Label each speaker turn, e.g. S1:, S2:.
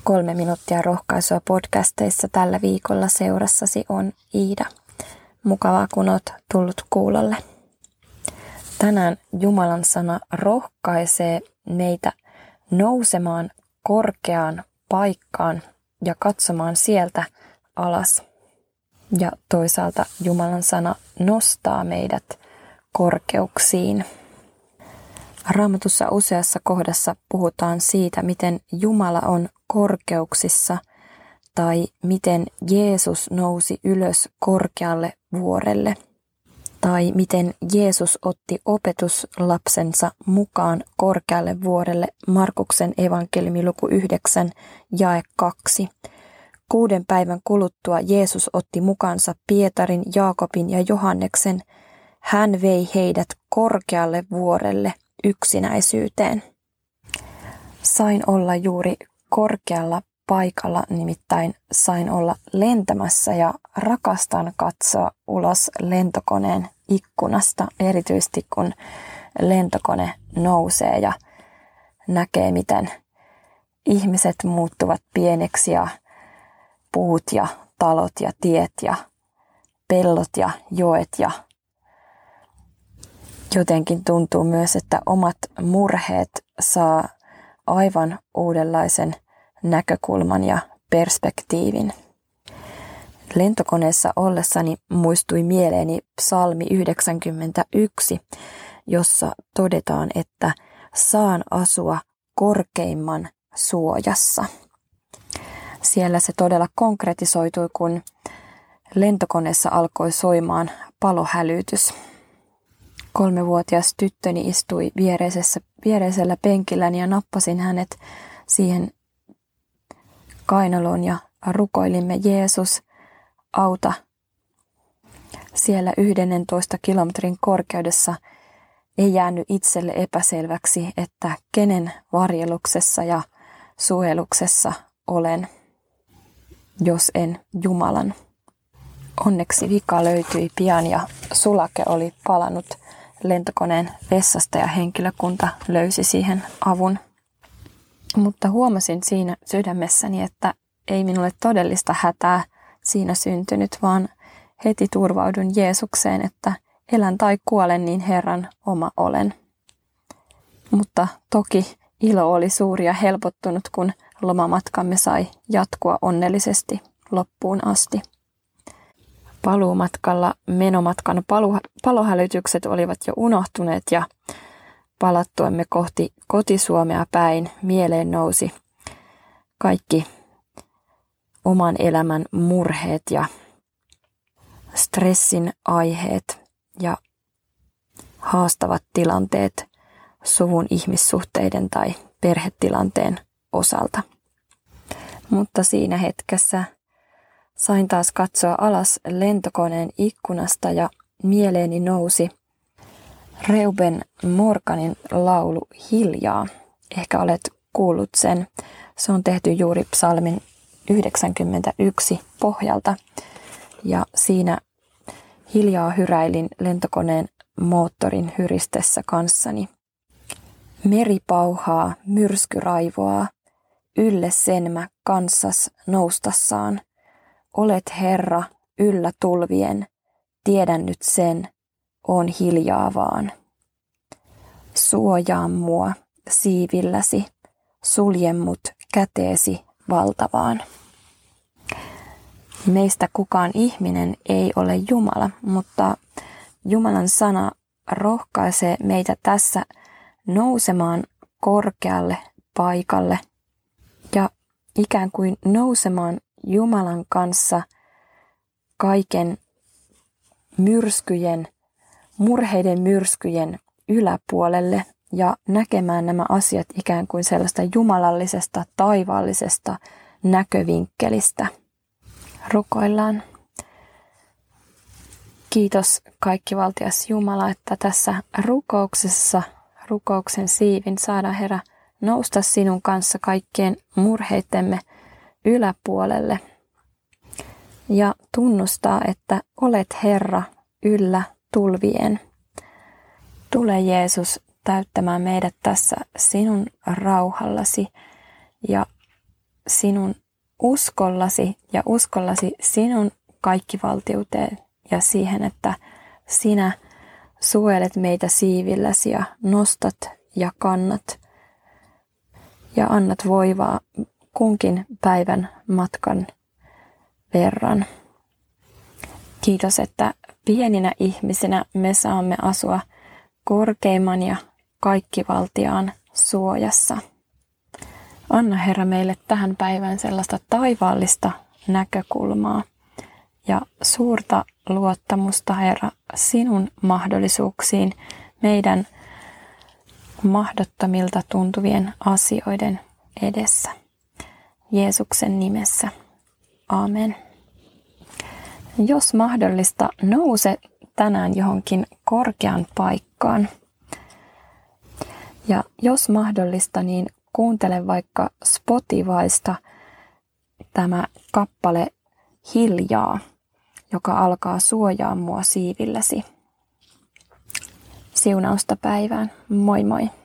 S1: 3 minuuttia rohkaisua podcasteissa tällä viikolla seurassasi on Iida. Mukavaa, kun oot tullut kuulolle. Tänään Jumalan sana rohkaisee meitä nousemaan korkeaan paikkaan ja katsomaan sieltä alas. Ja toisaalta Jumalan sana nostaa meidät korkeuksiin. Raamatussa useassa kohdassa puhutaan siitä, miten Jumala on korkeuksissa tai miten Jeesus nousi ylös korkealle vuorelle tai miten Jeesus otti opetuslapsensa mukaan korkealle vuorelle. Markuksen evankeliumi luku 9 jae 2. 6 päivän kuluttua Jeesus otti mukaansa Pietarin, Jaakobin ja Johanneksen. Hän vei heidät korkealle vuorelle yksinäisyyteen. Sain olla juuri korkealla paikalla, nimittäin sain olla lentämässä ja rakastan katsoa ulos lentokoneen ikkunasta, erityisesti kun lentokone nousee ja näkee, miten ihmiset muuttuvat pieneksi ja puut ja talot ja tiet ja pellot ja joet ja jotenkin tuntuu myös, että omat murheet saa aivan uudenlaisen näkökulman ja perspektiivin. Lentokoneessa ollessani muistui mieleeni psalmi 91, jossa todetaan, että saan asua korkeimman suojassa. Siellä se todella konkretisoitui, kun lentokoneessa alkoi soimaan palohälytys. 3-vuotias tyttöni istui viereisellä penkilläni ja nappasin hänet siihen kainaloon ja rukoilimme: Jeesus, auta. Siellä 11 kilometrin korkeudessa ei jäänyt itselle epäselväksi, että kenen varjeluksessa ja suojeluksessa olen, jos en Jumalan. Onneksi vika löytyi pian ja sulake oli palannut lentokoneen vessasta ja henkilökunta löysi siihen avun. Mutta huomasin siinä sydämessäni, että ei minulle todellista hätää siinä syntynyt, vaan heti turvaudun Jeesukseen, että elän tai kuolen, niin Herran oma olen. Mutta toki ilo oli suuri ja helpottunut, kun lomamatkamme sai jatkua onnellisesti loppuun asti. Paluumatkalla menomatkan palohälytykset olivat jo unohtuneet ja palattuemme kohti kotisuomea päin mieleen nousi kaikki oman elämän murheet ja stressin aiheet ja haastavat tilanteet suvun ihmissuhteiden tai perhetilanteen osalta. Mutta siinä hetkessä sain taas katsoa alas lentokoneen ikkunasta ja mieleeni nousi Reuben Morganin laulu Hiljaa. Ehkä olet kuullut sen. Se on tehty juuri psalmin 91 pohjalta. Ja siinä hiljaa hyräilin lentokoneen moottorin hyristessä kanssani. Meri pauhaa, myrsky raivoaa, ylle sen mä kanssas noustassaan. Olet Herra, yllä tulvien, tiedän nyt sen, oon hiljaa vaan. Suojaa mua siivilläsi, sulje mut käteesi valtavaan. Meistä kukaan ihminen ei ole Jumala, mutta Jumalan sana rohkaisee meitä tässä nousemaan korkealle paikalle ja ikään kuin nousemaan Jumalan kanssa kaiken murheiden myrskyjen yläpuolelle ja näkemään nämä asiat ikään kuin sellaista jumalallisesta, taivaallisesta näkövinkkelistä. Rukoillaan. Kiitos kaikkivaltias Jumala, että tässä rukouksen siivin saadaan, Herra, nousta sinun kanssa kaikkien murheittemme yläpuolelle ja tunnustaa, että olet Herra yllä tulvien. Tule Jeesus täyttämään meidät tässä sinun rauhallasi ja sinun uskollasi ja uskollasi sinun kaikkivaltiuteen ja siihen, että sinä suojelet meitä siivilläsi ja nostat ja kannat ja annat voivaa kunkin päivän matkan verran. Kiitos, että pieninä ihmisinä me saamme asua korkeimman ja kaikkivaltiaan suojassa. Anna Herra meille tähän päivään sellaista taivaallista näkökulmaa ja suurta luottamusta, Herra, sinun mahdollisuuksiin meidän mahdottomilta tuntuvien asioiden edessä. Jeesuksen nimessä. Amen. Jos mahdollista, nouse tänään johonkin korkean paikkaan. Ja jos mahdollista, niin kuuntele vaikka Spotifysta tämä kappale Hiljaa, joka alkaa suojaa mua siivilläsi. Siunausta päivään. Moi moi!